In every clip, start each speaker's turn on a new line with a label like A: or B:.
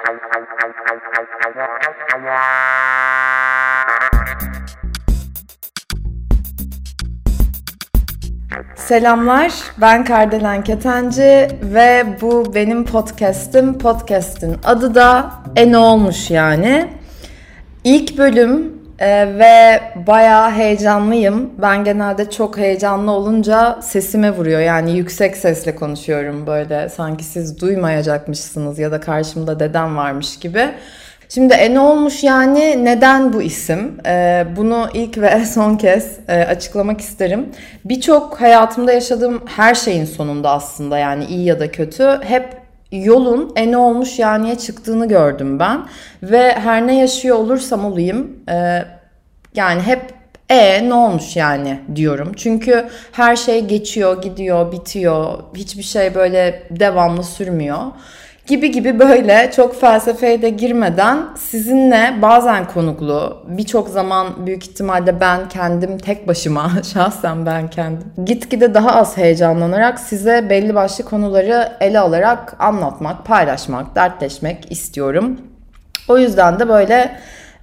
A: Selamlar, ben Kardelen Ketenci ve bu benim podcast'im. Podcast'in adı da Ne Olmuş yani. İlk bölüm ve bayağı heyecanlıyım. Ben genelde çok heyecanlı olunca sesime vuruyor. Yani yüksek sesle konuşuyorum böyle sanki siz duymayacakmışsınız ya da karşımda dedem varmış gibi. Şimdi Ne Olmuş yani neden bu isim? Bunu ilk ve son kez açıklamak isterim. Birçok hayatımda yaşadığım her şeyin sonunda aslında yani iyi ya da kötü hep yolun ne olmuş yani'ye çıktığını gördüm ben. Ve her ne yaşıyor olursam olayım yani hep ne olmuş yani diyorum. Çünkü her şey geçiyor, gidiyor, bitiyor. Hiçbir şey böyle devamlı sürmüyor. Gibi böyle çok felsefeye de girmeden sizinle bazen konuklu, birçok zaman büyük ihtimalle ben kendim tek başıma, şahsen ben kendim, gitgide daha az heyecanlanarak size belli başlı konuları ele alarak anlatmak, paylaşmak, dertleşmek istiyorum. O yüzden de böyle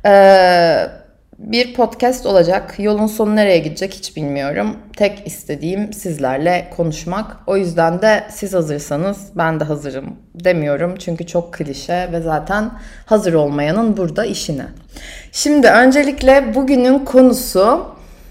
A: bir podcast olacak. Yolun sonu nereye gidecek hiç bilmiyorum. Tek istediğim sizlerle konuşmak. O yüzden de siz hazırsanız ben de hazırım demiyorum. Çünkü çok klişe ve zaten hazır olmayanın burada işine. Şimdi öncelikle bugünün konusu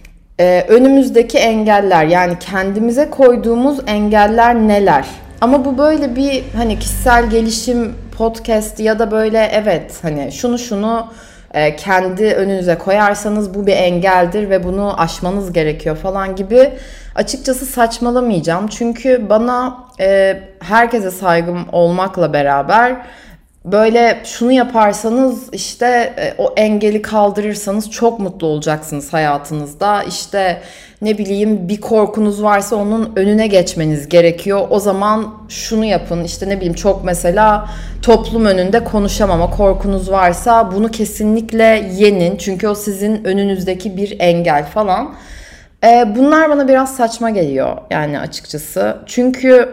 A: önümüzdeki engeller. Yani kendimize koyduğumuz engeller neler? Ama bu böyle bir hani kişisel gelişim podcast ya da böyle evet hani şunu kendi önünüze koyarsanız bu bir engeldir ve bunu aşmanız gerekiyor falan gibi açıkçası saçmalamayacağım. Çünkü bana herkese saygım olmakla beraber böyle şunu yaparsanız işte o engeli kaldırırsanız çok mutlu olacaksınız hayatınızda. İşte ne bileyim bir korkunuz varsa onun önüne geçmeniz gerekiyor. O zaman şunu yapın işte ne bileyim çok mesela toplum önünde konuşamama korkunuz varsa bunu kesinlikle yenin. Çünkü o sizin önünüzdeki bir engel falan. Bunlar bana biraz saçma geliyor yani açıkçası. Çünkü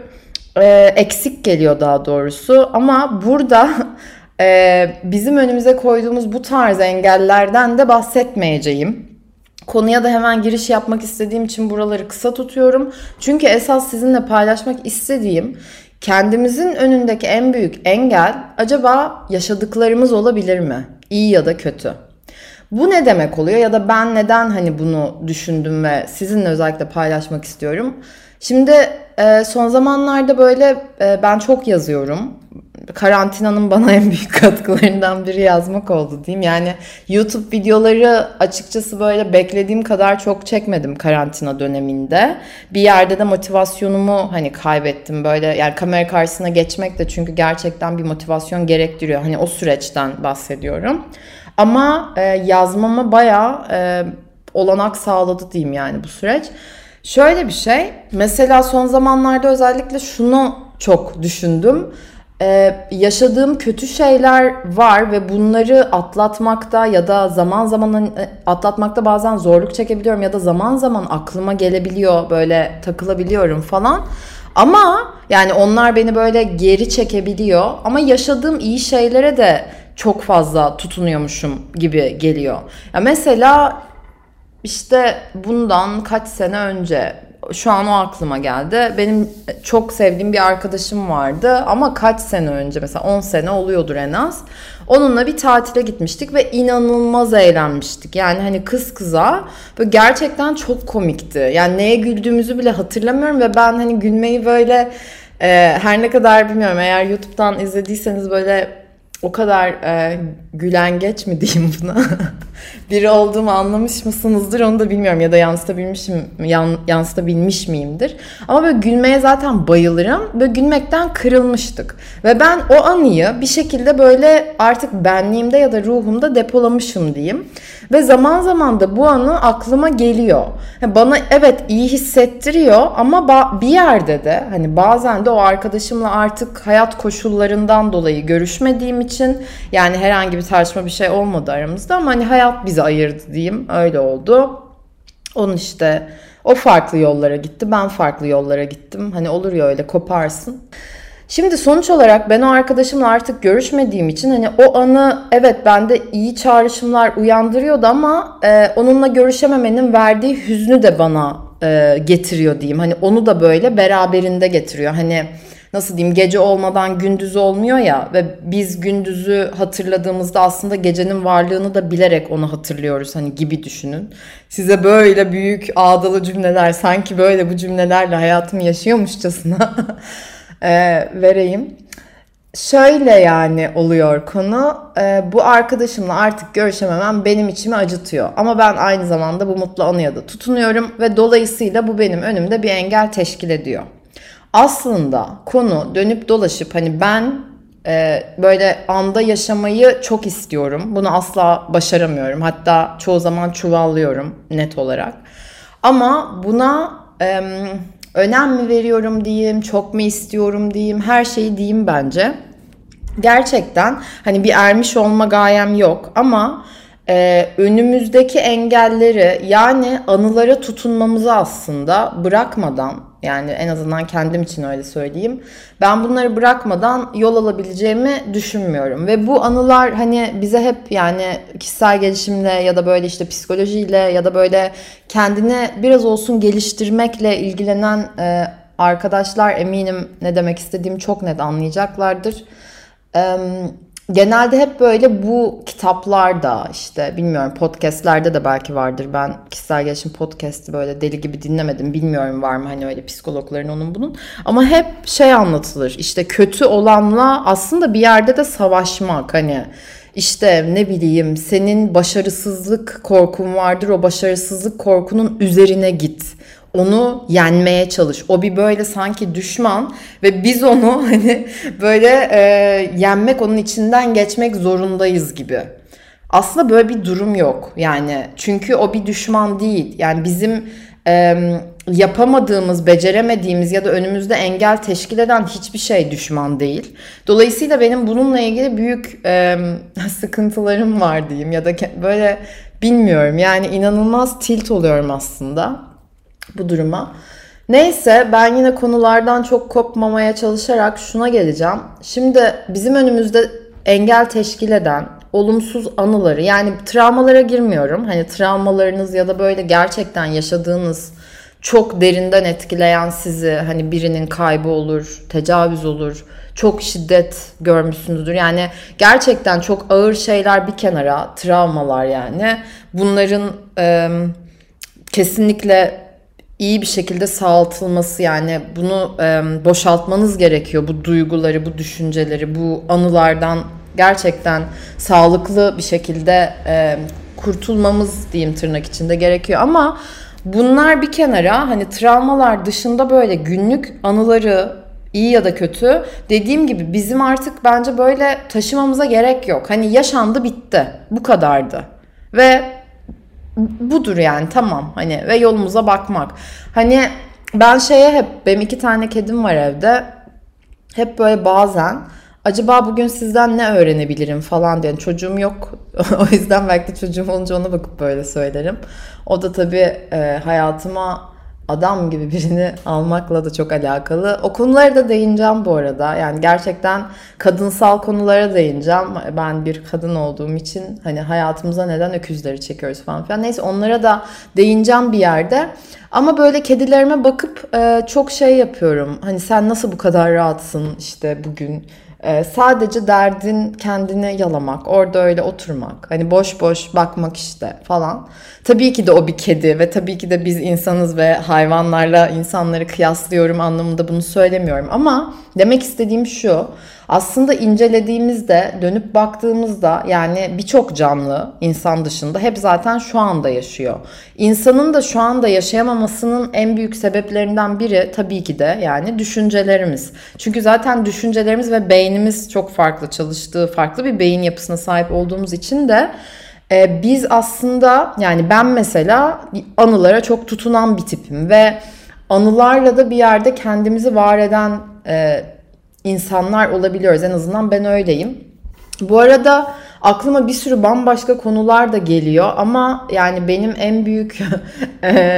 A: eksik geliyor daha doğrusu ama burada bizim önümüze koyduğumuz bu tarz engellerden de bahsetmeyeceğim. Konuya da hemen giriş yapmak istediğim için buraları kısa tutuyorum. Çünkü esas sizinle paylaşmak istediğim kendimizin önündeki en büyük engel acaba yaşadıklarımız olabilir mi? İyi ya da kötü. Bu ne demek oluyor ya da ben neden hani bunu düşündüm ve sizinle özellikle paylaşmak istiyorum. Şimdi son zamanlarda böyle ben çok yazıyorum. Karantinanın bana en büyük katkılarından biri yazmak oldu diyeyim. Yani YouTube videoları açıkçası böyle beklediğim kadar çok çekmedim karantina döneminde. Bir yerde de motivasyonumu hani kaybettim böyle. Yani kamera karşısına geçmek de çünkü gerçekten bir motivasyon gerektiriyor. Hani o süreçten bahsediyorum. Ama yazmama bayağı olanak sağladı diyeyim yani bu süreç. Şöyle bir şey, mesela son zamanlarda özellikle şunu çok düşündüm. Yaşadığım kötü şeyler var ve bunları atlatmakta ya da zaman zaman atlatmakta bazen zorluk çekebiliyorum ya da zaman zaman aklıma gelebiliyor, böyle takılabiliyorum falan. Ama yani onlar beni böyle geri çekebiliyor ama yaşadığım iyi şeylere de çok fazla tutunuyormuşum gibi geliyor. Ya mesela işte bundan kaç sene önce şu an o aklıma geldi. Benim çok sevdiğim bir arkadaşım vardı ama kaç sene önce mesela 10 sene oluyordur en az. Onunla bir tatile gitmiştik ve inanılmaz eğlenmiştik. Yani hani kız kıza böyle gerçekten çok komikti. Yani neye güldüğümüzü bile hatırlamıyorum ve ben hani gülmeyi böyle her ne kadar bilmiyorum eğer YouTube'dan izlediyseniz böyle o kadar gülengeç mi diyeyim buna biri olduğumu anlamış mısınızdır onu da bilmiyorum ya da yansıtabilmiş miyimdir. Ama böyle gülmeye zaten bayılırım. Böyle gülmekten kırılmıştık. Ve ben o anıyı bir şekilde böyle artık benliğimde ya da ruhumda depolamışım diyeyim. Ve zaman zaman da bu anı aklıma geliyor. Bana evet iyi hissettiriyor ama bir yerde de hani bazen de o arkadaşımla artık hayat koşullarından dolayı görüşmediğim için yani herhangi bir tartışma bir şey olmadı aramızda ama hani hayat bizi ayırdı diyeyim. Öyle oldu. Onun işte o farklı yollara gitti. Ben farklı yollara gittim. Hani olur ya öyle koparsın. Şimdi sonuç olarak ben o arkadaşımla artık görüşmediğim için hani o anı evet bende iyi çağrışımlar uyandırıyordu ama onunla görüşememenin verdiği hüznü de bana getiriyor diyeyim. Hani onu da böyle beraberinde getiriyor. Hani nasıl diyeyim, gece olmadan gündüz olmuyor ya ve biz gündüzü hatırladığımızda aslında gecenin varlığını da bilerek onu hatırlıyoruz hani gibi düşünün. Size böyle büyük ağdalı cümleler, sanki böyle bu cümlelerle hayatımı yaşıyormuşçasına vereyim. Şöyle yani oluyor konu. Bu arkadaşımla artık görüşememem benim içimi acıtıyor. Ama ben aynı zamanda bu mutlu anıya da tutunuyorum ve dolayısıyla bu benim önümde bir engel teşkil ediyor. Aslında konu dönüp dolaşıp hani ben böyle anda yaşamayı çok istiyorum. Bunu asla başaramıyorum. Hatta çoğu zaman çuvallıyorum net olarak. Ama buna önem mi veriyorum diyeyim, çok mu istiyorum diyeyim, her şeyi diyeyim bence. Gerçekten hani bir ermiş olma gayem yok ama önümüzdeki engelleri, yani anılara tutunmamızı aslında bırakmadan, yani en azından kendim için öyle söyleyeyim, ben bunları bırakmadan yol alabileceğimi düşünmüyorum. Ve bu anılar hani bize hep yani kişisel gelişimle ya da böyle işte psikolojiyle ya da böyle kendini biraz olsun geliştirmekle ilgilenen arkadaşlar eminim ne demek istediğimi çok net anlayacaklardır. Genelde hep böyle bu kitaplarda, işte bilmiyorum, podcastlerde de belki vardır. Ben kişisel gelişim podcast'i böyle deli gibi dinlemedim. Bilmiyorum var mı hani öyle psikologların onun bunun. Ama hep şey anlatılır. İşte kötü olanla aslında bir yerde de savaşmak, hani işte ne bileyim, senin başarısızlık korkun vardır. O başarısızlık korkunun üzerine git. Onu yenmeye çalış. O bir böyle sanki düşman ve biz onu hani böyle yenmek, onun içinden geçmek zorundayız gibi. Aslında böyle bir durum yok. Yani çünkü o bir düşman değil. Yani bizim yapamadığımız, beceremediğimiz ya da önümüzde engel teşkil eden hiçbir şey düşman değil. Dolayısıyla benim bununla ilgili büyük sıkıntılarım var diyeyim ya da böyle bilmiyorum. Yani inanılmaz tilt oluyorum aslında bu duruma. Neyse, ben yine konulardan çok kopmamaya çalışarak şuna geleceğim. Şimdi bizim önümüzde engel teşkil eden olumsuz anıları, yani travmalara girmiyorum. Hani travmalarınız ya da böyle gerçekten yaşadığınız çok derinden etkileyen sizi, hani birinin kaybı olur, tecavüz olur, çok şiddet görmüşsünüzdür. Yani gerçekten çok ağır şeyler bir kenara, travmalar yani. Bunların kesinlikle iyi bir şekilde sağaltılması, yani bunu boşaltmanız gerekiyor. Bu duyguları, bu düşünceleri, bu anılardan gerçekten sağlıklı bir şekilde kurtulmamız diyeyim tırnak içinde gerekiyor. Ama bunlar bir kenara, hani travmalar dışında böyle günlük anıları, iyi ya da kötü, dediğim gibi bizim artık bence böyle taşımamıza gerek yok. Hani yaşandı, bitti, bu kadardı ve budur yani, tamam hani, ve yolumuza bakmak. Hani ben benim 2 tane kedim var evde. Hep böyle bazen acaba bugün sizden ne öğrenebilirim falan diye. Yani çocuğum yok. O yüzden belki de çocuğum olunca ona bakıp böyle söylerim. O da tabii hayatıma adam gibi birini almakla da çok alakalı. O konulara da değineceğim bu arada. Yani gerçekten kadınsal konulara değineceğim. Ben bir kadın olduğum için hani hayatımıza neden öküzleri çekiyoruz falan filan. Neyse, onlara da değineceğim bir yerde. Ama böyle kedilerime bakıp çok şey yapıyorum. Hani sen nasıl bu kadar rahatsın işte bugün? Sadece derdin kendini yalamak, orada öyle oturmak, hani boş boş bakmak işte falan. Tabii ki de o bir kedi ve tabii ki de biz insanız ve hayvanlarla insanları kıyaslıyorum anlamında bunu söylemiyorum. Ama demek istediğim şu: aslında incelediğimizde, dönüp baktığımızda yani birçok canlı insan dışında hep zaten şu anda yaşıyor. İnsanın da şu anda yaşayamamasının en büyük sebeplerinden biri tabii ki de yani düşüncelerimiz. Çünkü zaten düşüncelerimiz ve beynimiz çok farklı çalıştığı, farklı bir beyin yapısına sahip olduğumuz için de biz aslında, yani ben mesela anılara çok tutunan bir tipim ve anılarla da bir yerde kendimizi var eden insanlar olabiliyoruz. En azından ben öyleyim. Bu arada aklıma bir sürü bambaşka konular da geliyor ama yani benim en büyük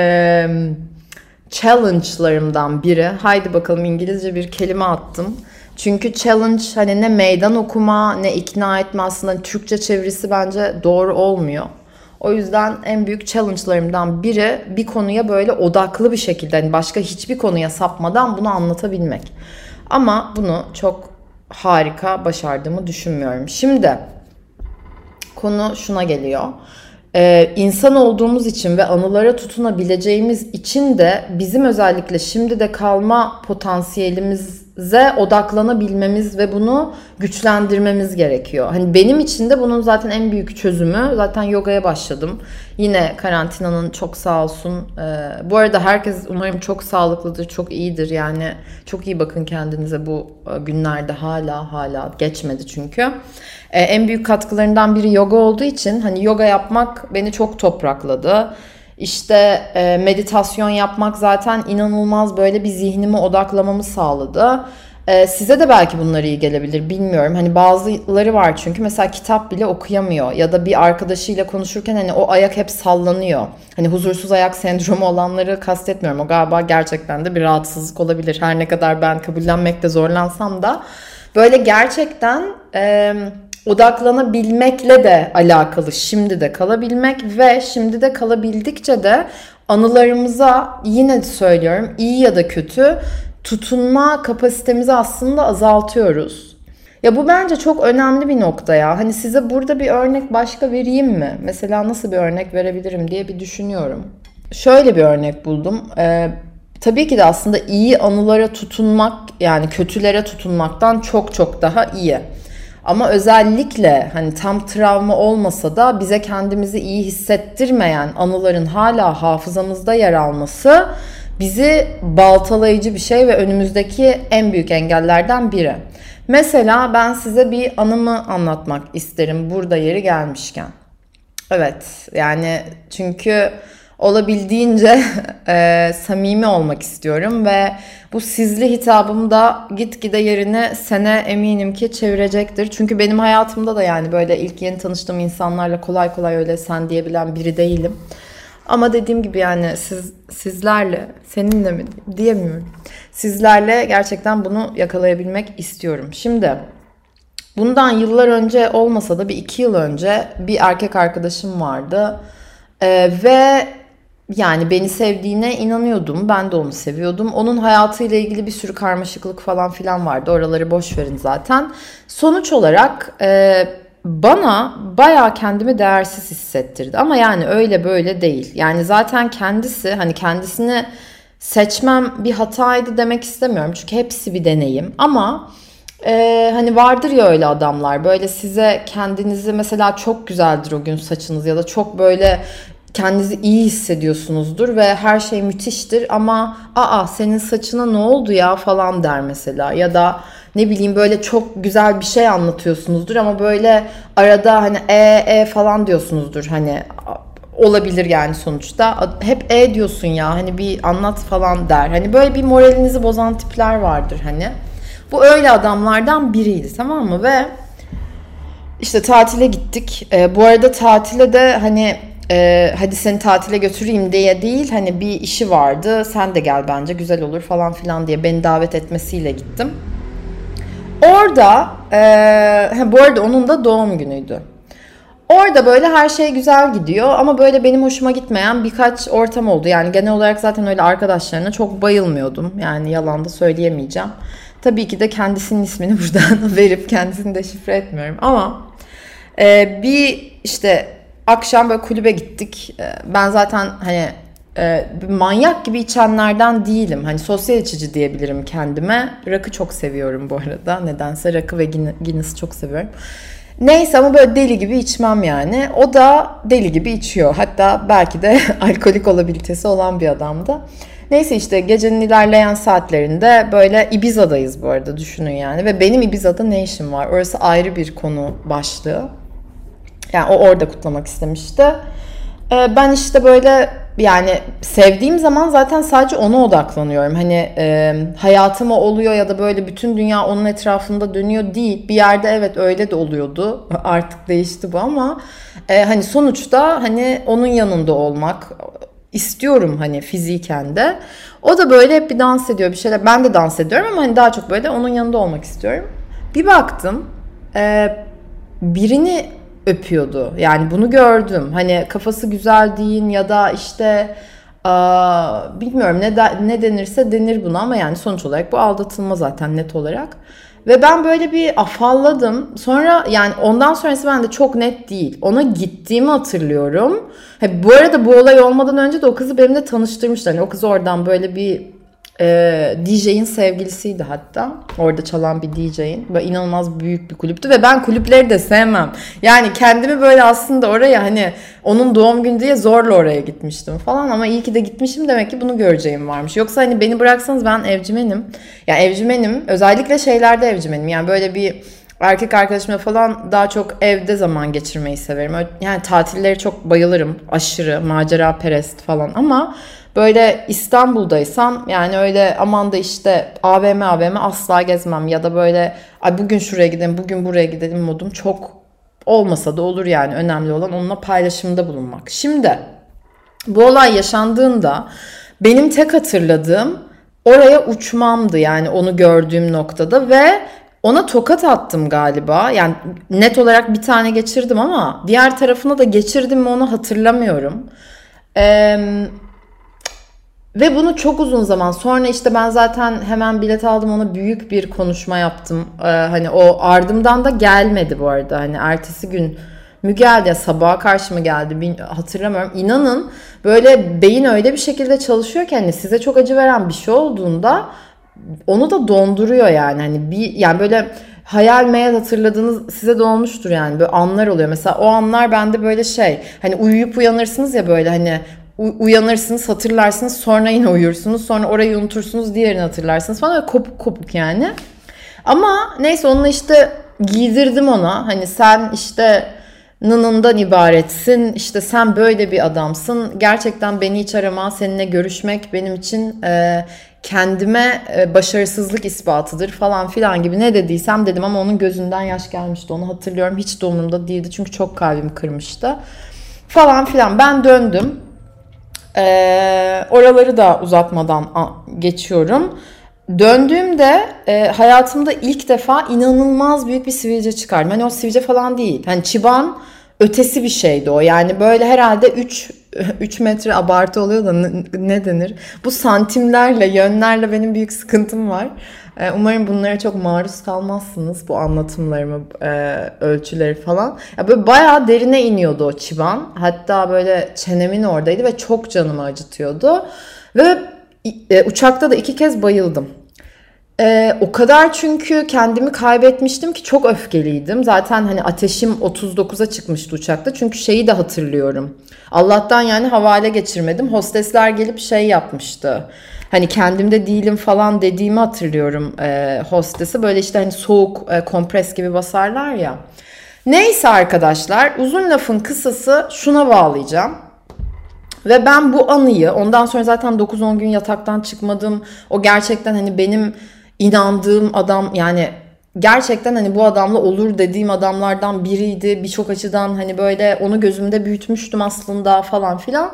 A: challenge'larımdan biri, haydi bakalım İngilizce bir kelime attım. Çünkü challenge hani ne meydan okuma ne ikna etme, aslında Türkçe çevirisi bence doğru olmuyor. O yüzden en büyük challenge'larımdan biri bir konuya böyle odaklı bir şekilde, hani başka hiçbir konuya sapmadan bunu anlatabilmek. Ama bunu çok harika başardığımı düşünmüyorum. Şimdi konu şuna geliyor. İnsan olduğumuz için ve anılara tutunabileceğimiz için de bizim özellikle şimdi de kalma potansiyelimize odaklanabilmemiz ve bunu güçlendirmemiz gerekiyor. Hani benim için de bunun zaten en büyük çözümü, zaten yogaya başladım. Yine karantinanın çok sağ olsun. Bu arada herkes umarım çok sağlıklıdır, çok iyidir. Yani çok iyi bakın kendinize bu günlerde, hala geçmedi çünkü. En büyük katkılarından biri yoga olduğu için hani yoga yapmak beni çok toprakladı. İşte meditasyon yapmak zaten inanılmaz böyle bir zihnime odaklamamı sağladı. Size de belki bunlar iyi gelebilir, bilmiyorum. Hani bazıları var çünkü mesela kitap bile okuyamıyor ya da bir arkadaşıyla konuşurken hani o ayak hep sallanıyor. Hani huzursuz ayak sendromu olanları kastetmiyorum. O galiba gerçekten de bir rahatsızlık olabilir. Her ne kadar ben kabullenmekte zorlansam da böyle gerçekten odaklanabilmekle de alakalı, şimdi de kalabilmek ve şimdi de kalabildikçe de anılarımıza, yine söylüyorum, iyi ya da kötü tutunma kapasitemizi aslında azaltıyoruz. Ya bu bence çok önemli bir nokta ya. Hani size burada bir örnek başka vereyim mi? Mesela nasıl bir örnek verebilirim diye bir düşünüyorum. Şöyle bir örnek buldum. Tabii ki de aslında iyi anılara tutunmak, yani kötülere tutunmaktan çok daha iyi. Ama özellikle hani tam travma olmasa da bize kendimizi iyi hissettirmeyen anıların hala hafızamızda yer alması bizi baltalayıcı bir şey ve önümüzdeki en büyük engellerden biri. Mesela ben size bir anımı anlatmak isterim burada yeri gelmişken. Evet, yani çünkü olabildiğince samimi olmak istiyorum ve bu sizli hitabım da gitgide yerini sene eminim ki çevirecektir. Çünkü benim hayatımda da yani böyle ilk yeni tanıştığım insanlarla kolay kolay öyle sen diyebilen biri değilim. Ama dediğim gibi yani sizlerle, seninle mi diyemiyorum. Sizlerle gerçekten bunu yakalayabilmek istiyorum. Şimdi bundan yıllar önce olmasa da bir 2 yıl önce bir erkek arkadaşım vardı. Ve yani beni sevdiğine inanıyordum. Ben de onu seviyordum. Onun hayatıyla ilgili bir sürü karmaşıklık falan filan vardı. Oraları boş verin zaten. Sonuç olarak bana bayağı kendimi değersiz hissettirdi. Ama yani öyle böyle değil. Yani zaten kendisi, hani kendisini seçmem bir hataydı demek istemiyorum. Çünkü hepsi bir deneyim. Ama hani vardır ya öyle adamlar, böyle size kendinizi mesela çok güzeldir o gün saçınız ya da çok böyle kendinizi iyi hissediyorsunuzdur ve her şey müthiştir ama senin saçına ne oldu ya falan der mesela, ya da ne bileyim böyle çok güzel bir şey anlatıyorsunuzdur ama böyle arada hani falan diyorsunuzdur, hani olabilir yani sonuçta hep diyorsun ya, hani bir anlat falan der, hani böyle bir moralinizi bozan tipler vardır hani. Bu öyle adamlardan biriydi, tamam mı? Ve işte tatile gittik. Bu arada tatile de hani hadi seni tatile götüreyim diye değil, hani bir işi vardı, sen de gel bence güzel olur falan filan diye beni davet etmesiyle gittim. Orada bu arada onun da doğum günüydü. Orada böyle her şey güzel gidiyor ama böyle benim hoşuma gitmeyen birkaç ortam oldu. Yani genel olarak zaten öyle arkadaşlarına çok bayılmıyordum. Yani yalan da söyleyemeyeceğim. Tabii ki de kendisinin ismini buradan verip kendisini de şifre etmiyorum. Ama bir işte akşam böyle kulübe gittik. Ben zaten hani manyak gibi içenlerden değilim. Hani sosyal içici diyebilirim kendime. Rakı çok seviyorum bu arada. Nedense rakı ve Guinness çok seviyorum. Neyse ama böyle deli gibi içmem yani. O da deli gibi içiyor. Hatta belki de alkolik olabilitesi olan bir adamdı. Neyse işte gecenin ilerleyen saatlerinde böyle Ibiza'dayız bu arada, düşünün yani. Ve benim Ibiza'da ne işim var? Orası ayrı bir konu başlığı. Yani o orada kutlamak istemişti. Ben işte böyle yani sevdiğim zaman zaten sadece ona odaklanıyorum. Hani hayatıma oluyor ya da böyle bütün dünya onun etrafında dönüyor değil. Bir yerde evet öyle de oluyordu. Artık değişti bu ama hani sonuçta hani onun yanında olmak, istiyorum hani fiziken de. O da böyle hep bir dans ediyor bir şeyler. Ben de dans ediyorum ama hani daha çok böyle onun yanında olmak istiyorum. Bir baktım birini öpüyordu. Yani bunu gördüm. Hani kafası güzel deyin ya da işte bilmiyorum ne denirse denir buna ama yani sonuç olarak bu aldatılma zaten net olarak. Ve ben böyle bir afalladım. Sonra yani ondan sonrası bende çok net değil. Ona gittiğimi hatırlıyorum. Bu arada bu olay olmadan önce de o kızı benimle tanıştırmışlar. Yani o kız oradan böyle bir DJ'in sevgilisiydi hatta. Orada çalan bir DJ'in. Böyle inanılmaz büyük bir kulüptü ve ben kulüpleri de sevmem. Yani kendimi böyle aslında oraya hani onun doğum günü diye zorla oraya gitmiştim falan ama iyi ki de gitmişim, demek ki bunu göreceğim varmış. Yoksa hani beni bıraksanız ben evcimenim. Yani evcimenim. Özellikle şeylerde evcimenim. Yani böyle bir erkek arkadaşımla falan daha çok evde zaman geçirmeyi severim. Yani tatilleri çok bayılırım. Aşırı macera perest falan ama böyle İstanbul'daysam yani öyle aman da işte AVM asla gezmem ya da böyle ay bugün şuraya gidelim bugün buraya gidelim modum çok olmasa da olur yani. Önemli olan onunla paylaşımda bulunmak. Şimdi bu olay yaşandığında benim tek hatırladığım oraya uçmamdı yani onu gördüğüm noktada ve ona tokat attım galiba. Yani net olarak bir tane geçirdim ama diğer tarafına da geçirdim mi onu hatırlamıyorum. Ve bunu çok uzun zaman sonra işte ben zaten hemen bilet aldım, ona büyük bir konuşma yaptım. Hani o ardımdan da gelmedi bu arada. Hani ertesi gün mü geldi ya sabaha karşı mı geldi hatırlamıyorum. İnanın böyle beyin öyle bir şekilde çalışıyor ki hani size çok acı veren bir şey olduğunda onu da donduruyor yani. Hani yani böyle hayal meyal hatırladığınız size de olmuştur yani böyle anlar oluyor. Mesela o anlar bende böyle hani uyuyup uyanırsınız ya böyle hani uyanırsınız hatırlarsınız sonra yine uyursunuz sonra orayı unutursunuz diğerini hatırlarsınız falan, öyle kopuk kopuk yani. Ama neyse onunla işte giydirdim ona hani sen işte nınından ibaretsin işte sen böyle bir adamsın gerçekten beni hiç arama, seninle görüşmek benim için kendime başarısızlık ispatıdır falan filan gibi ne dediysem dedim ama onun gözünden yaş gelmişti, onu hatırlıyorum, hiç de umurumda değildi çünkü çok kalbimi kırmıştı falan filan. Ben döndüm. Oraları da uzatmadan geçiyorum. Döndüğümde hayatımda ilk defa inanılmaz büyük bir sivilce çıkardım. Hani o sivilce falan değil. Hani çıban ötesi bir şeydi o. Yani böyle herhalde 3 metre abartı oluyor da ne denir? Bu santimlerle, yönlerle benim büyük sıkıntım var. Umarım bunlara çok maruz kalmazsınız. Bu anlatımlarımı, ölçüleri falan. Ya böyle bayağı derine iniyordu o çıban. Hatta böyle çenemin oradaydı ve çok canımı acıtıyordu. Ve uçakta da 2 kez bayıldım. O kadar çünkü kendimi kaybetmiştim ki çok öfkeliydim. Zaten hani ateşim 39'a çıkmıştı uçakta. Çünkü şeyi de hatırlıyorum. Allah'tan yani havale geçirmedim. Hostesler gelip şey yapmıştı. Hani kendimde değilim falan dediğimi hatırlıyorum hostesi. Böyle işte hani soğuk kompres gibi basarlar ya. Neyse arkadaşlar, uzun lafın kısası şuna bağlayacağım. Ve ben bu anıyı ondan sonra zaten 9-10 gün yataktan çıkmadım. O gerçekten hani benim inandığım adam, yani gerçekten hani bu adamla olur dediğim adamlardan biriydi. Birçok açıdan hani böyle onu gözümde büyütmüştüm aslında falan filan.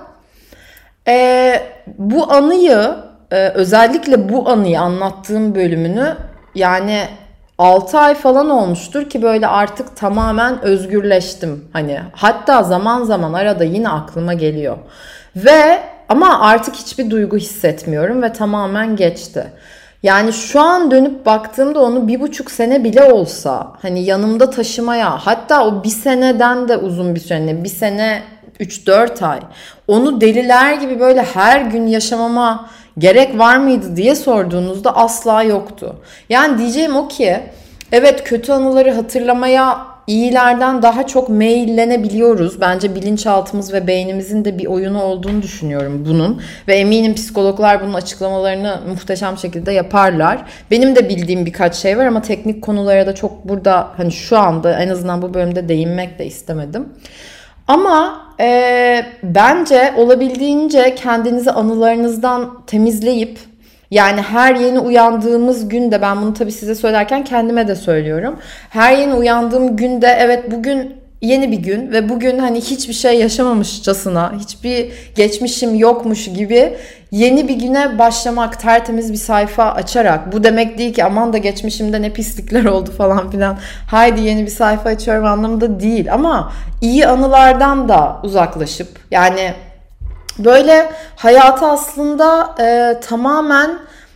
A: Bu anıyı özellikle bu anıyı anlattığım bölümünü yani 6 ay falan olmuştur ki böyle artık tamamen özgürleştim. Hani hatta zaman zaman arada yine aklıma geliyor. Ve ama artık hiçbir duygu hissetmiyorum ve tamamen geçti. Yani şu an dönüp baktığımda onu 1,5 sene bile olsa hani yanımda taşımaya, hatta o 1 seneden de uzun bir süre, hani 1 sene 3-4 ay onu deliler gibi böyle her gün yaşamama gerek var mıydı diye sorduğunuzda asla yoktu. Yani diyeceğim o ki evet, kötü anıları hatırlamaya iyilerden daha çok meyillenebiliyoruz. Bence bilinçaltımız ve beynimizin de bir oyunu olduğunu düşünüyorum bunun. Ve eminim psikologlar bunun açıklamalarını muhteşem şekilde yaparlar. Benim de bildiğim birkaç şey var ama teknik konulara da çok burada hani şu anda en azından bu bölümde değinmek de istemedim. Ama bence olabildiğince kendinizi anılarınızdan temizleyip yani her yeni uyandığımız günde, ben bunu tabii size söylerken kendime de söylüyorum. Her yeni uyandığım günde evet bugün yeni bir gün ve bugün hani hiçbir şey yaşamamışçasına, hiçbir geçmişim yokmuş gibi yeni bir güne başlamak, tertemiz bir sayfa açarak, bu demek değil ki aman da geçmişimde ne pislikler oldu falan filan, haydi yeni bir sayfa açıyorum anlamında değil, ama iyi anılardan da uzaklaşıp, yani böyle hayata aslında tamamen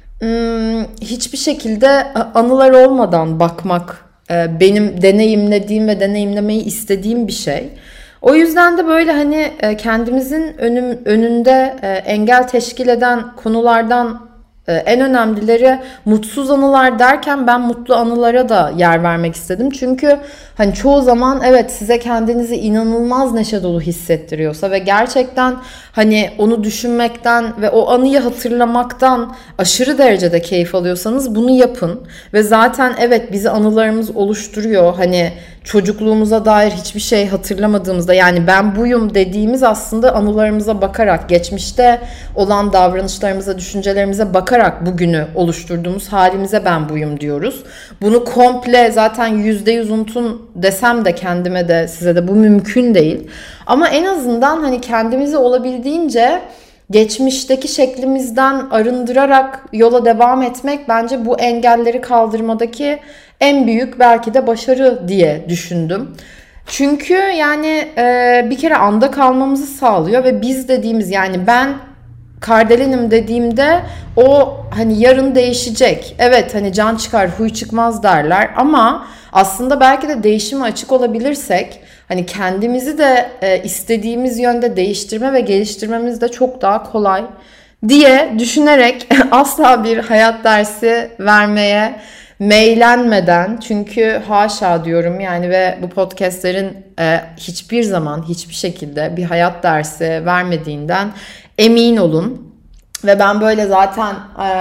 A: hiçbir şekilde anılar olmadan bakmak benim deneyimlediğim ve deneyimlemeyi istediğim bir şey. O yüzden de böyle hani kendimizin önünde engel teşkil eden konulardan en önemlileri mutsuz anılar derken ben mutlu anılara da yer vermek istedim. Çünkü hani çoğu zaman evet, size kendinizi inanılmaz neşe dolu hissettiriyorsa ve gerçekten hani onu düşünmekten ve o anıyı hatırlamaktan aşırı derecede keyif alıyorsanız bunu yapın. Ve zaten evet, bizi anılarımız oluşturuyor. Hani çocukluğumuza dair hiçbir şey hatırlamadığımızda, yani ben buyum dediğimiz aslında anılarımıza bakarak, geçmişte olan davranışlarımıza, düşüncelerimize bakarak bugünü oluşturduğumuz halimize ben buyum diyoruz. Bunu komple zaten %100 unutun desem de kendime de size de bu mümkün değil. Ama en azından hani kendimizi olabildiğince geçmişteki şeklimizden arındırarak yola devam etmek bence bu engelleri kaldırmadaki en büyük belki de başarı diye düşündüm. Çünkü yani bir kere anda kalmamızı sağlıyor ve biz dediğimiz, yani ben Kardelenim dediğimde o hani yarın değişecek. Evet, hani can çıkar huy çıkmaz derler, ama aslında belki de değişime açık olabilirsek hani kendimizi de istediğimiz yönde değiştirme ve geliştirmemiz de çok daha kolay diye düşünerek asla bir hayat dersi vermeye meylenmeden, çünkü haşa diyorum yani, ve bu podcastlerin hiçbir zaman hiçbir şekilde bir hayat dersi vermediğinden emin olun. Ve ben böyle zaten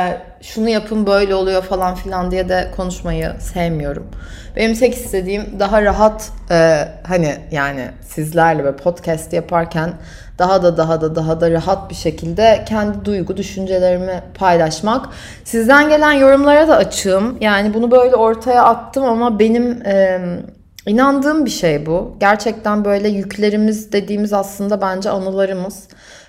A: şunu yapın böyle oluyor falan filan diye de konuşmayı sevmiyorum. Benim tek istediğim daha rahat hani yani sizlerle ve podcast yaparken daha da rahat bir şekilde kendi duygu düşüncelerimi paylaşmak. Sizden gelen yorumlara da açığım. Yani bunu böyle ortaya attım ama benim inandığım bir şey bu. Gerçekten böyle yüklerimiz dediğimiz aslında bence anılarımız.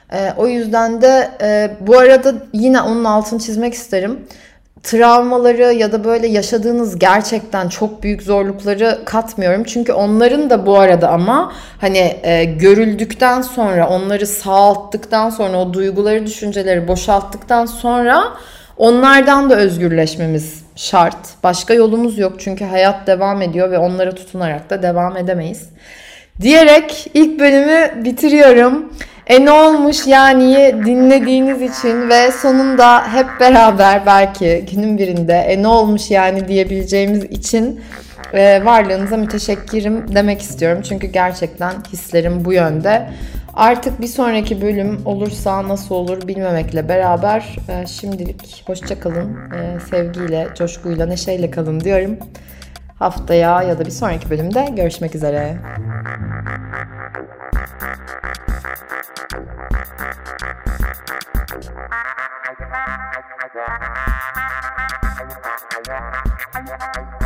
A: O yüzden de bu arada yine onun altını çizmek isterim. Travmaları ya da böyle yaşadığınız gerçekten çok büyük zorlukları katmıyorum. Çünkü onların da bu arada, ama hani görüldükten sonra, onları sağalttıktan sonra, o duyguları, düşünceleri boşalttıktan sonra onlardan da özgürleşmemiz şart. Başka yolumuz yok çünkü hayat devam ediyor ve onlara tutunarak da devam edemeyiz. Diyerek ilk bölümü bitiriyorum. Ne olmuş yani dinlediğiniz için ve sonunda hep beraber belki günün birinde ne olmuş yani diyebileceğimiz için varlığınıza müteşekkirim demek istiyorum. Çünkü gerçekten hislerim bu yönde. Artık bir sonraki bölüm olursa nasıl olur bilmemekle beraber şimdilik hoşça kalın, sevgiyle, coşkuyla, neşeyle kalın diyorum. Haftaya ya da bir sonraki bölümde görüşmek üzere. Thank you.